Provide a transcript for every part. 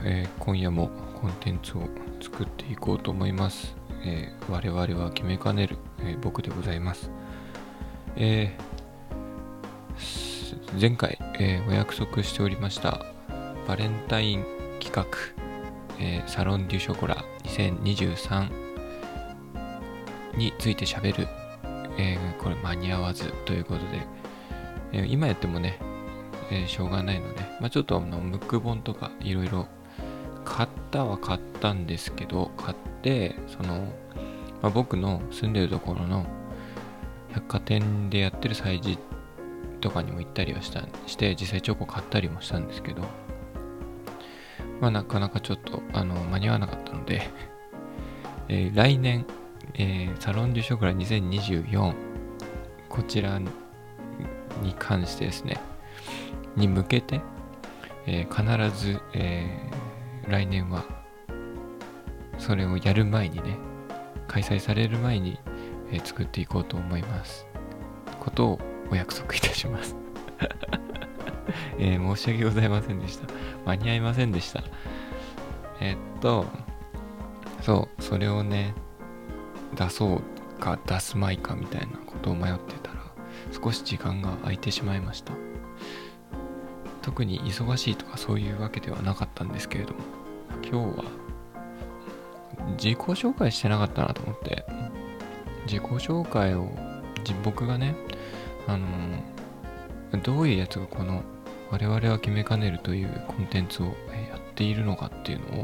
今夜もコンテンツを作っていこうと思います。我々は決めかねる、僕でございます。前回、お約束しておりましたバレンタイン企画、サロンデュショコラ2023について喋る、これ間に合わずということで、今やってもね、しょうがないので、ちょっとムック本とかいろいろ買ったんですけど、買って僕の住んでるところの百貨店でやってる催事とかにも行ったりはして実際チョコ買ったりもしたんですけど、なかなかちょっと間に合わなかったので、来年、サロンデュショコラ2024こちらに関してですねに向けて、必ず、来年はそれをやる前にね、開催される前に、作っていこうと思いますことをお約束いたします、申し訳ございませんでした。間に合いませんでした。それをね出そうか出すまいかみたいなことを迷ってたら少し時間が空いてしまいました。特に忙しいとかそういうわけではなかったんですけれども、今日は自己紹介してなかったなと思って、自己紹介を僕がね、どういうやつがこの我々は決めかねるというコンテンツをやっているのかっていうのを、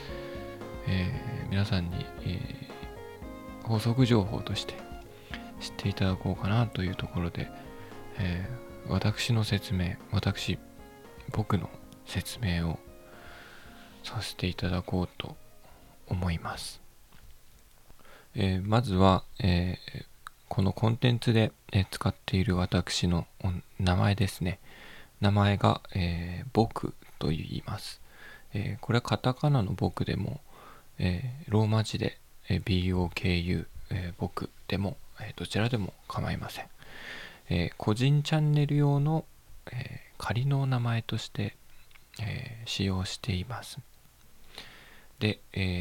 皆さんに、補足情報として知っていただこうかなというところで、僕の説明をさせていただこうと思います。まずは、このコンテンツで、使っている私の名前ですね。名前が、僕と言います。これはカタカナの僕でも、ローマ字で、BOKU、僕でも、どちらでも構いません。個人チャンネル用の、仮の名前として、使用しています。で、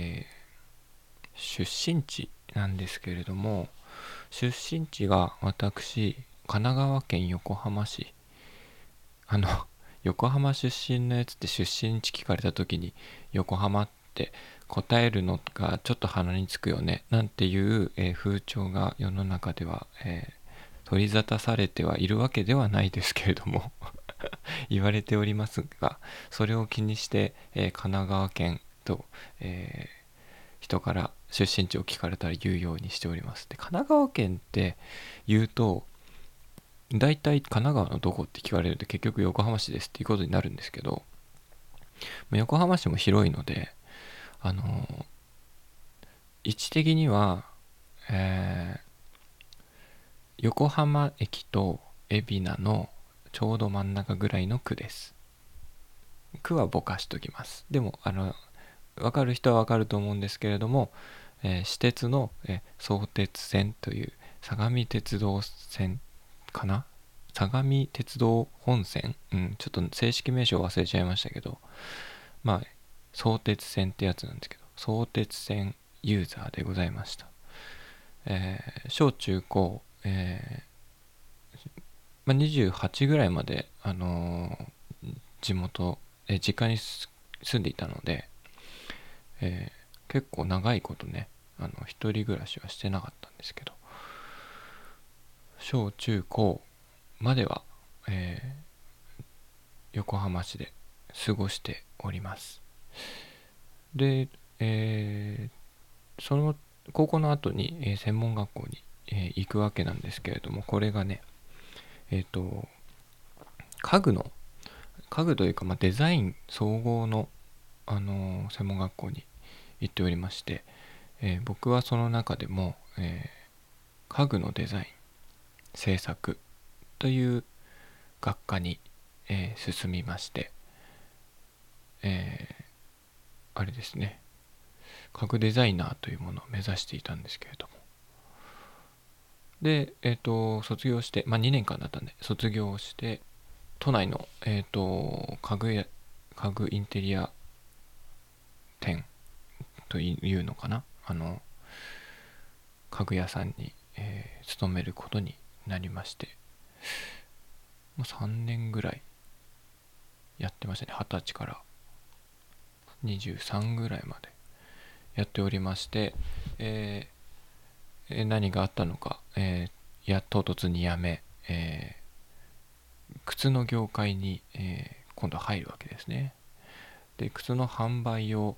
出身地なんですけれども、出身地が私神奈川県横浜市、横浜出身のやつって出身地聞かれた時に横浜って答えるのがちょっと鼻につくよねなんていう、風潮が世の中では、取り沙汰されてはいるわけではないですけれども言われておりますが、それを気にして、神奈川県と、人から出身地を聞かれたら言うようにしております。で、神奈川県って言うと大体神奈川のどこって聞かれると結局横浜市ですっていうことになるんですけど、横浜市も広いので、位置的には、横浜駅と海老名のちょうど真ん中ぐらいの区です。区はぼかしときます。でも分かる人は分かると思うんですけれども、私鉄の、相鉄線という相模鉄道線かな、相模鉄道本線、ちょっと正式名称忘れちゃいましたけど、相鉄線ってやつなんですけど、相鉄線ユーザーでございました。小中高、28ぐらいまで、実家に住んでいたので、結構長いことね、一人暮らしはしてなかったんですけど、小中高までは、横浜市で過ごしております。で、その高校の後に、専門学校に、行くわけなんですけれども、これがね、家具というか、デザイン総合の、専門学校に行っておりまして、僕はその中でも、家具のデザイン制作という学科に、進みまして、あれですね、家具デザイナーというものを目指していたんですけれども、で、卒業して、2年間だったんで卒業して都内の、家具インテリア店というのかな、家具屋さんに、勤めることになりまして、もう3年ぐらいやってましたね。20歳から23ぐらいまでやっておりまして、何があったのか、唐突に辞め、靴の業界に、今度入るわけですね。で、靴の販売を、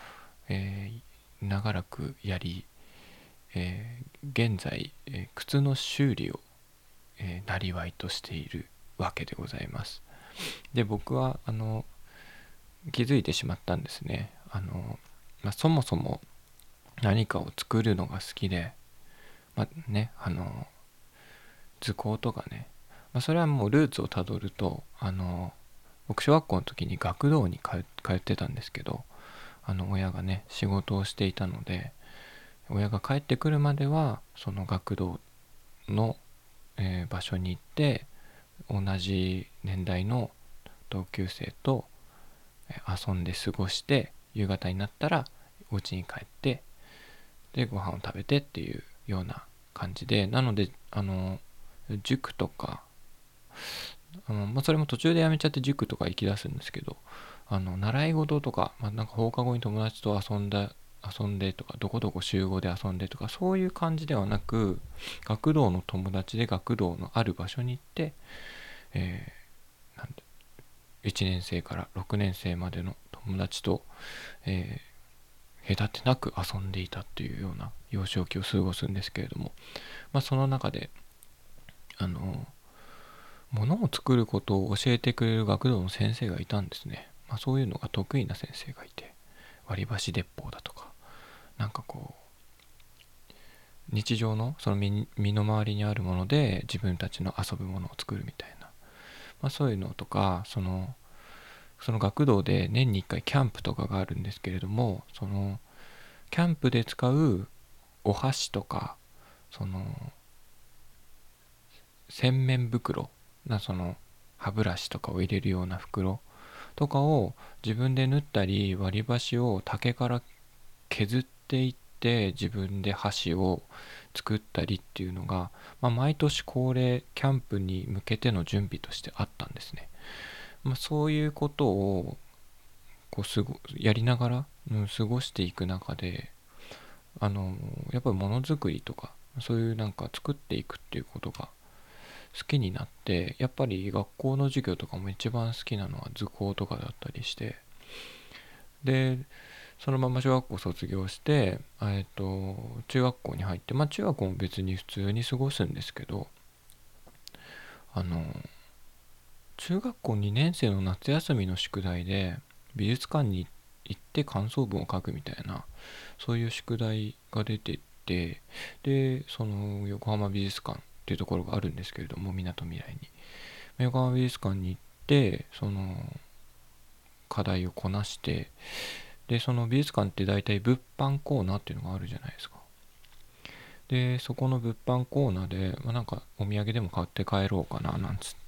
長らくやり、現在、靴の修理を、なりわいとしているわけでございます。で、僕は気づいてしまったんですね。そもそも何かを作るのが好きで、図工とかね、それはもうルーツをたどると、僕小学校の時に学童に通ってたんですけど、親がね仕事をしていたので、親が帰ってくるまではその学童の、場所に行って、同じ年代の同級生と遊んで過ごして、夕方になったらお家に帰って、でご飯を食べてっていうような感じで、なので塾とか、それも途中でやめちゃって塾とか行き出すんですけど、習い事とか、なんか放課後に友達と遊んでとか、どこどこ集合で遊んでとか、そういう感じではなく、学童の友達で学童のある場所に行って、1年生から6年生までの友達と、隔てなく遊んでいたっていうような幼少期を過ごすんですけれども、その中で物を作ることを教えてくれる学童の先生がいたんですね。そういうのが得意な先生がいて、割り箸鉄砲だとか、なんかこう日常のその身の回りにあるもので自分たちの遊ぶものを作るみたいな、そういうのとか、その学童で年に1回キャンプとかがあるんですけれども、そのキャンプで使うお箸とか、その洗面袋、その歯ブラシとかを入れるような袋とかを自分で縫ったり、割り箸を竹から削っていって自分で箸を作ったりっていうのが、毎年恒例キャンプに向けての準備としてあったんですね。そういうことをこうやりながら、過ごしていく中で、やっぱりものづくりとか、そういうなんか作っていくっていうことが好きになって、やっぱり学校の授業とかも一番好きなのは図工とかだったりして、でそのまま小学校卒業して、中学校に入って、中学校も別に普通に過ごすんですけど、中学校2年生の夏休みの宿題で美術館に行って感想文を書くみたいな、そういう宿題が出てて、でその横浜美術館っていうところがあるんですけれども、みなとみらいに横浜美術館に行って、その課題をこなして、でその美術館って大体物販コーナーっていうのがあるじゃないですか。でそこの物販コーナーで、なんかお土産でも買って帰ろうかななんつって、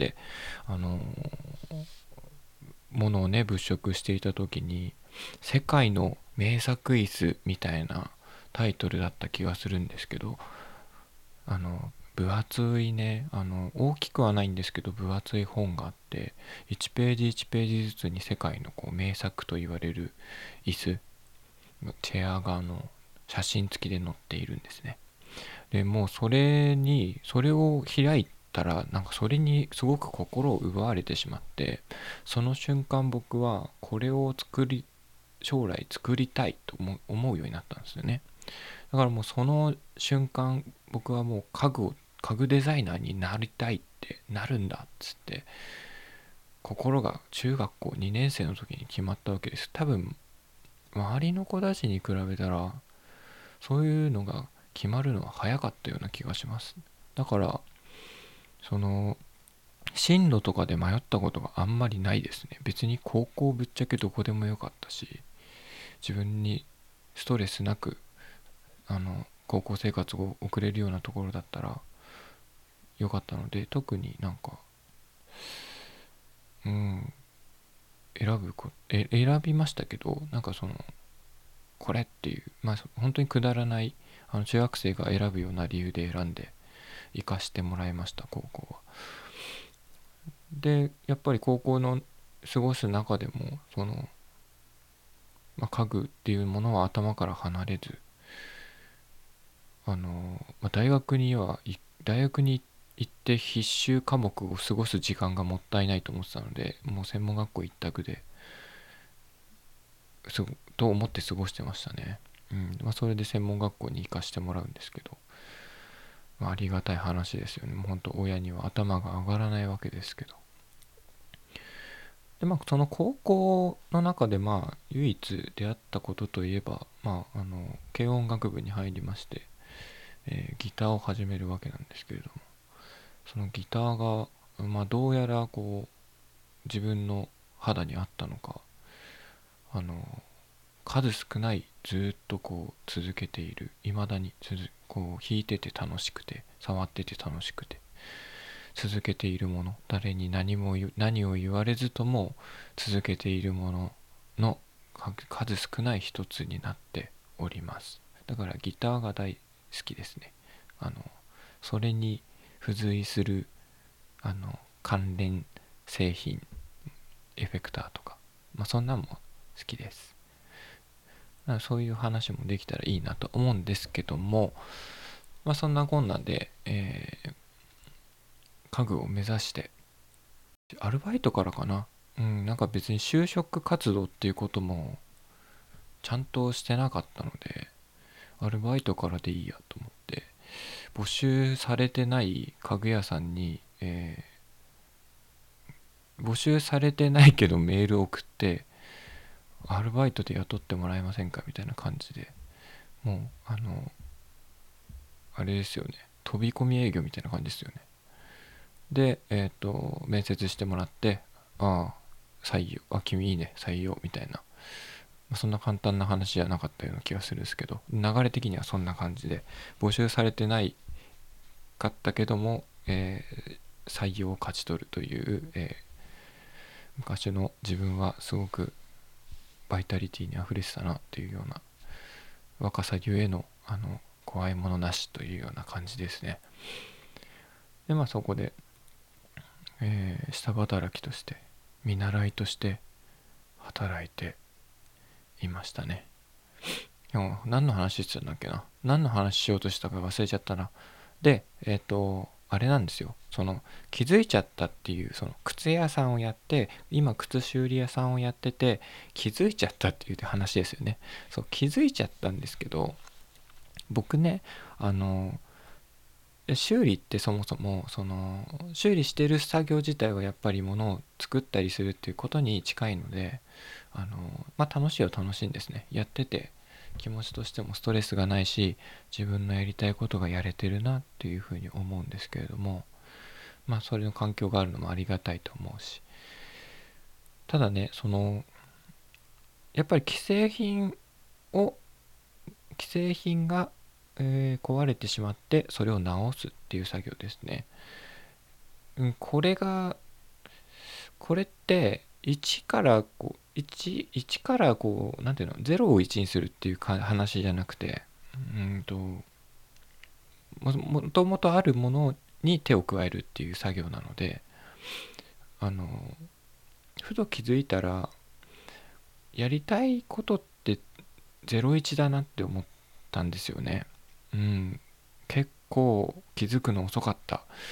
物をね物色していた時に、世界の名作椅子みたいなタイトルだった気がするんですけど、分厚いね、大きくはないんですけど分厚い本があって、1ページ1ページずつに世界のこう名作と言われる椅子、チェアが写真付きで載っているんですね。でもうそれを開いたら、なんかそれにすごく心を奪われてしまって、その瞬間僕はこれを将来作りたいと思うようになったんですよね。だからもうその瞬間、僕はもう家具デザイナーになりたいってなるんだっつって、心が中学校2年生の時に決まったわけです。多分周りの子たちに比べたらそういうのが決まるのは早かったような気がします。だからその進路とかで迷ったことがあんまりないですね。別に高校ぶっちゃけどこでもよかったし、自分にストレスなく高校生活を送れるようなところだったらよかったので、特になんか選びましたけど、なんかそのこれっていう、本当にくだらない中学生が選ぶような理由で選んで行かしてもらいました、高校は。でやっぱり高校の過ごす中でも家具っていうものは頭から離れず、大学に行って必修科目を過ごす時間がもったいないと思ってたので、もう専門学校一択と思って過ごしてましたね。それで専門学校に行かしてもらうんですけど、ありがたい話ですよね。もう本当親には頭が上がらないわけですけど。でその高校の中で唯一出会ったことといえば軽音楽部に入りまして、ギターを始めるわけなんですけれども、そのギターがどうやら自分の肌に合ったのか、数少ないずっと続けている、未だに弾いてて楽しくて触ってて楽しくて続けているもの、誰に何を言われずとも続けているものの数少ない一つになっております。だからギターが大好きですね。それに付随する関連製品、エフェクターとか、そんなんも好きです。そういう話もできたらいいなと思うんですけども、そんなこんなで、家具を目指してアルバイトからかな、なんか別に就職活動っていうこともちゃんとしてなかったので、アルバイトからでいいやと思って募集されてない家具屋さんに、募集されてないけどメールを送って、アルバイトで雇ってもらえませんかみたいな感じで、もうあれですよね、飛び込み営業みたいな感じですよね。で面接してもらって、採用、君いいね採用みたいな、そんな簡単な話じゃなかったような気がするんですけど、流れ的にはそんな感じで、募集されてないかったけども、採用を勝ち取るという、昔の自分はすごくバイタリティにあふれてたなっていうような、若さゆえの怖いものなしというような感じですね。でそこで、下働きとして見習いとして働いていましたね。でも何の話してたんだっけな、何の話しようとしたか忘れちゃったな。であれなんですよ、気づいちゃったっていう、靴屋さんをやって、今靴修理屋さんをやってて気づいちゃったっていう話ですよね。そう、気づいちゃったんですけど、僕ね、修理ってそもそも修理してる作業自体はやっぱり物を作ったりするっていうことに近いので、楽しいは楽しいんですね。やってて気持ちとしてもストレスがないし、自分のやりたいことがやれてるなっていうふうに思うんですけれども、それの環境があるのもありがたいと思うし、ただね、やっぱり既製品が、壊れてしまってそれを直すっていう作業ですね。これって1からなんていうの、0を1にするっていう話じゃなくて、もともとあるものに手を加えるっていう作業なので、ふと気づいたらやりたいことって01だなって思ったんですよね。結構気づくの遅かった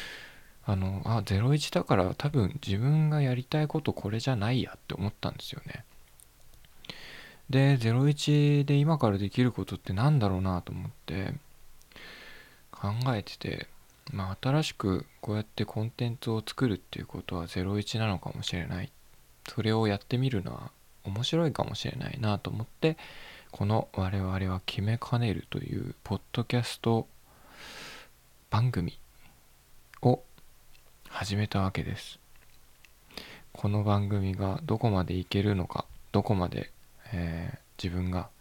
。01だから多分自分がやりたいことこれじゃないやって思ったんですよね。で、01で今からできることってなんだろうなと思って考えてて、新しくこうやってコンテンツを作るっていうことは01なのかもしれない。それをやってみるのは面白いかもしれないなと思って、この我々は決めかねるというポッドキャスト番組を始めたわけです。この番組がどこまでいけるのか、どこまで、自分が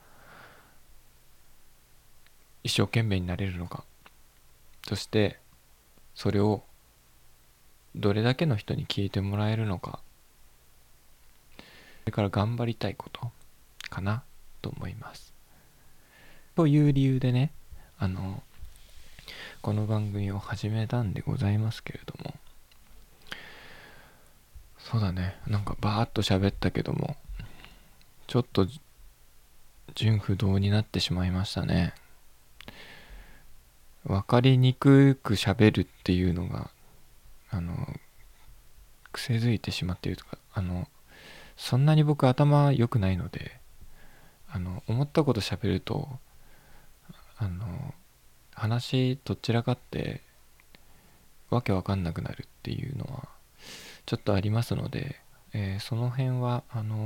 一生懸命になれるのか、そしてそれをどれだけの人に聞いてもらえるのか、それから頑張りたいことかなと思います。 という理由でね、この番組を始めたんでございますけれども、そうだね、なんかバーッと喋ったけども、ちょっと順不同になってしまいましたね。分かりにくく喋るっていうのが癖づいてしまっているとか、そんなに僕頭良くないので、思ったこと喋ると話どちらかってわけわかんなくなるっていうのはちょっとありますので、その辺は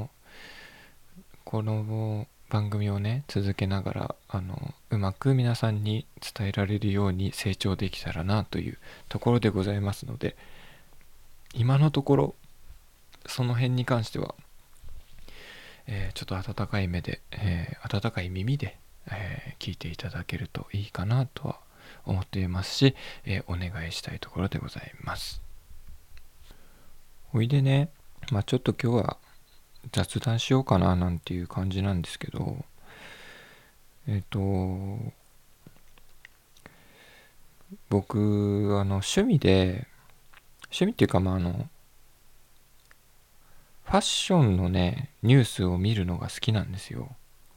この番組をね続けながらうまく皆さんに伝えられるように成長できたらなというところでございますので、今のところその辺に関しては、ちょっと温かい目で、温かい耳で、聞いていただけるといいかなとは思っていますし、お願いしたいところでございます。ほいでね、ちょっと今日は雑談しようかななんていう感じなんですけど、僕趣味っていうかファッションのねニュースを見るのが好きなんですよ。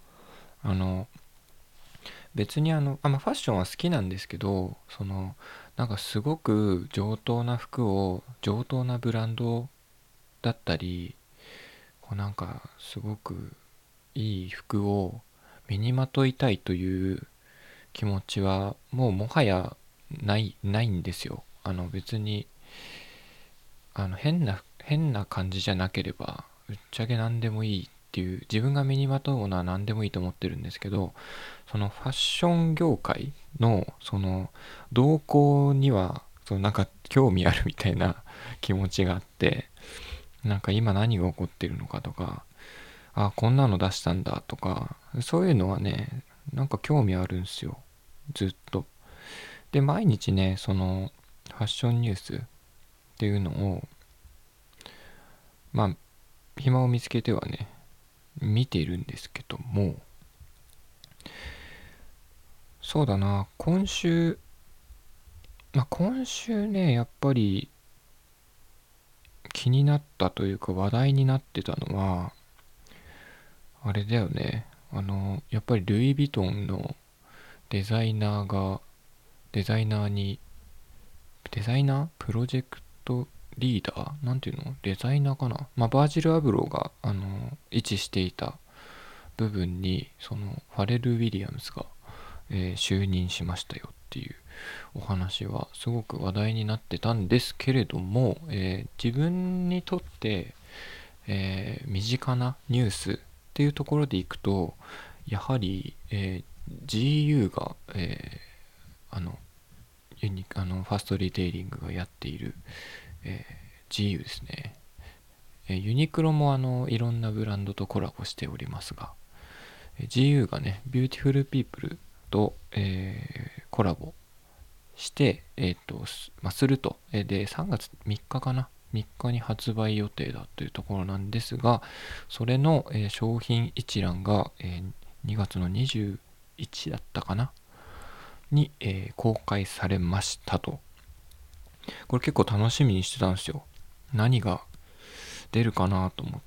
別にファッションは好きなんですけど、なんかすごく上等な服を上等なブランドだったり、なんかすごくいい服を身にまといたいという気持ちはもはやないんですよ。別に変な感じじゃなければぶっちゃけ何でもいいっていう、自分が身にまとうものは何でもいいと思ってるんですけど、そのファッション業界のその動向にはなんか興味あるみたいな気持ちがあって、なんか今何が起こってるのかとか、あ、こんなの出したんだとか、そういうのはねなんか興味あるんですよ、ずっと。で毎日ねそのファッションニュースっていうのを暇を見つけてはね見ているんですけども、そうだな、今週ねやっぱり気になったというか話題になってたのはあれだよね。やっぱりルイ・ヴィトンのデザイナーがデザイナーにデザイナープロジェクトリーダーなんていうの、デザイナーかな、バージル・アブローが位置していた部分にそのファレル・ウィリアムズが、就任しましたよっていうお話はすごく話題になってたんですけれども、自分にとって、身近なニュースっていうところでいくとやはり、GU が、ファーストリテイリングがやっている、GU ですね。ユニクロもいろんなブランドとコラボしておりますが、GU がねビューティフルピープルと、コラボして、すると、で3月3日かな、3日に発売予定だというところなんですが、それの、商品一覧が、2月の21だったかなに、公開されましたと。これ結構楽しみにしてたんですよ。何が出るかなと思って、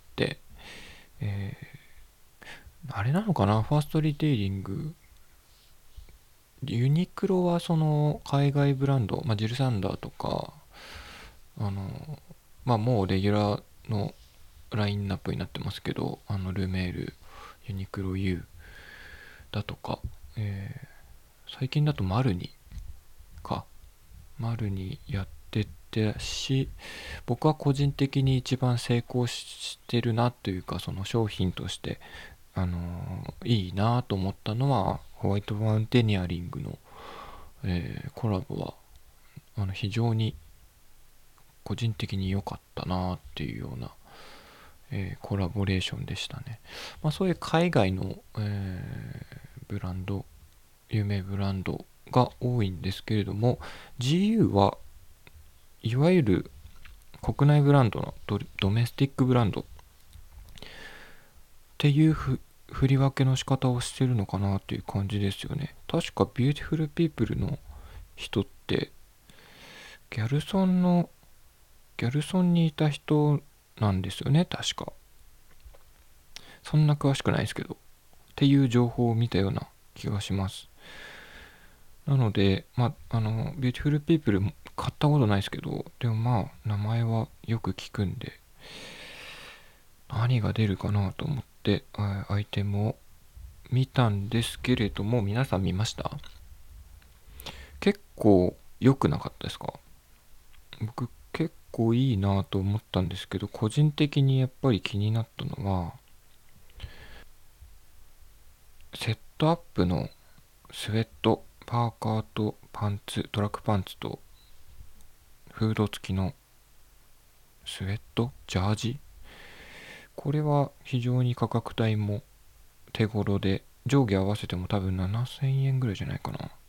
あれなのかな、ファーストリテイリング、ユニクロはその海外ブランド、ジルサンダーとかもうレギュラーのラインナップになってますけど、ルメール、ユニクロ U だとか、最近だとマルニやっててし、僕は個人的に一番成功してるなというか、その商品としていいなと思ったのはホワイトマウンテニアリングの、コラボは非常に個人的に良かったなっていうような、コラボレーションでしたね。そういう海外の、ブランド、有名ブランドが多いんですけれども、 GU はいわゆる国内ブランドのドメスティックブランドっていう振り分けの仕方をしてるのかなっていう感じですよね。確かビューティフルピープルの人ってギャルソンにいた人なんですよね、確か。そんな詳しくないですけどっていう情報を見たような気がします。なのでビューティフルピープルも買ったことないですけど、でも名前はよく聞くんで、何が出るかなと思ってアイテムを見たんですけれども、皆さん見ました？結構良くなかったですか？僕結構いいなと思ったんですけど、個人的にやっぱり気になったのはセットアップのスウェット、パーカーとパンツ、トラックパンツとフード付きのスウェット、ジャージ。これは非常に価格帯も手頃で、上下合わせても多分7000円ぐらいじゃないかな。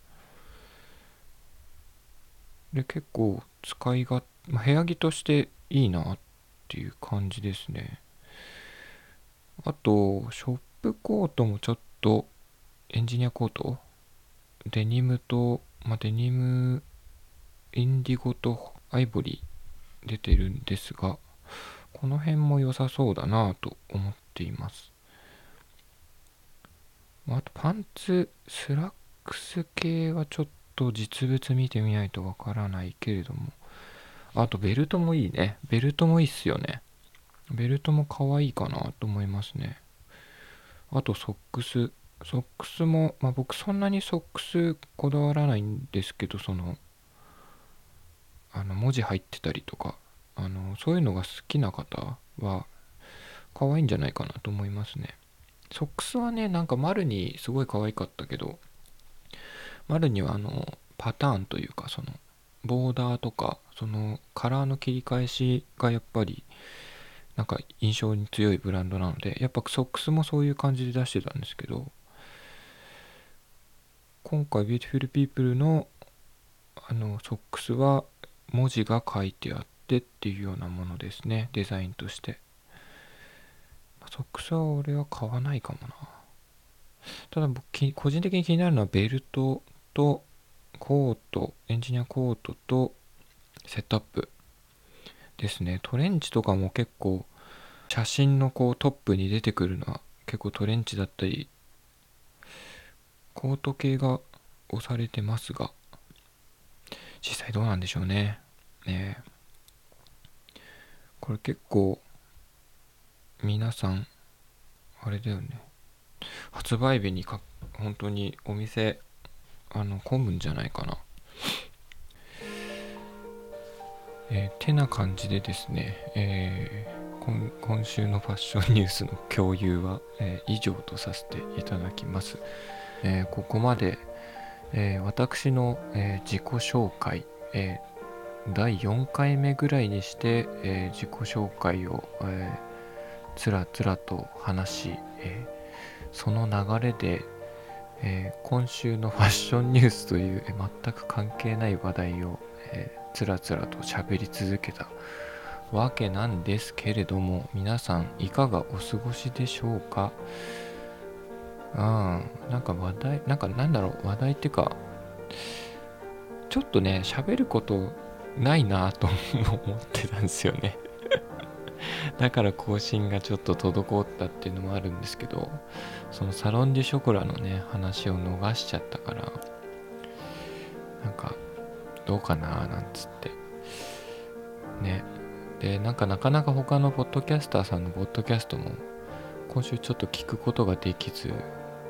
で、結構使いが、部屋着としていいなっていう感じですね。あと、ショップコートもちょっと、エンジニアコートデニムと、デニム、インディゴとアイボリー出てるんですが、この辺も良さそうだなと思っています。あとパンツ、スラックス系はちょっと実物見てみないとわからないけれども、あとベルトもいいね。ベルトもいいっすよね。ベルトも可愛いかなと思いますね。あとソックス。ソックスも、僕そんなにソックスこだわらないんですけど、文字入ってたりとか、そういうのが好きな方は可愛いんじゃないかなと思いますね。ソックスはね、なんか丸にすごい可愛かったけど、丸にはパターンというか、ボーダーとか、カラーの切り返しがやっぱり、なんか印象に強いブランドなので、やっぱソックスもそういう感じで出してたんですけど、今回ビューティフルピープルのソックスは文字が書いてあってっていうようなものですね、デザインとして。ソックスは俺は買わないかもな。ただ僕個人的に気になるのはベルトとコート、エンジニアコートとセットアップですね。トレンチとかも結構写真のトップに出てくるのは結構トレンチだったりコート系が押されてますが、実際どうなんでしょうね。これ結構皆さんあれだよね。発売日に本当にお店混むんじゃないかな。てな感じでですね、今週のファッションニュースの共有は、以上とさせていただきます。ここまで、私の、自己紹介、第4回目ぐらいにして、自己紹介を、つらつらと話し、その流れで、今週のファッションニュースという、全く関係ない話題を、つらつらと喋り続けたわけなんですけれども、皆さんいかがお過ごしでしょうか？なんか話題、話題っていうか、ちょっとね、喋ることないなと思ってたんですよね。だから更新がちょっと滞ったっていうのもあるんですけど、そのサロンデュショコラのね、話を逃しちゃったから、なんか、どうかななんつって。ね。で、なかなか他のポッドキャスターさんのポッドキャストも、今週ちょっと聞くことができず、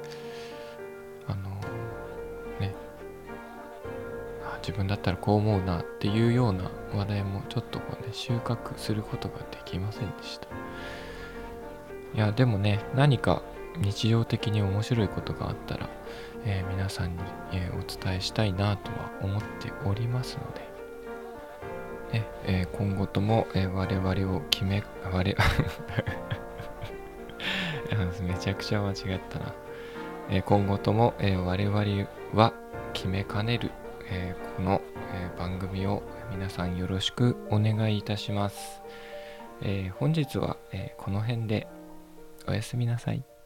ね、自分だったらこう思うなっていうような話題もちょっと収穫することができませんでした。いや、でもね、何か日常的に面白いことがあったら、皆さんに、お伝えしたいなとは思っておりますので、今後とも、我々をめちゃくちゃ間違ったな。今後とも、我々は決めかねる、この、番組を皆さんよろしくお願いいたします。本日は、この辺でおやすみなさい。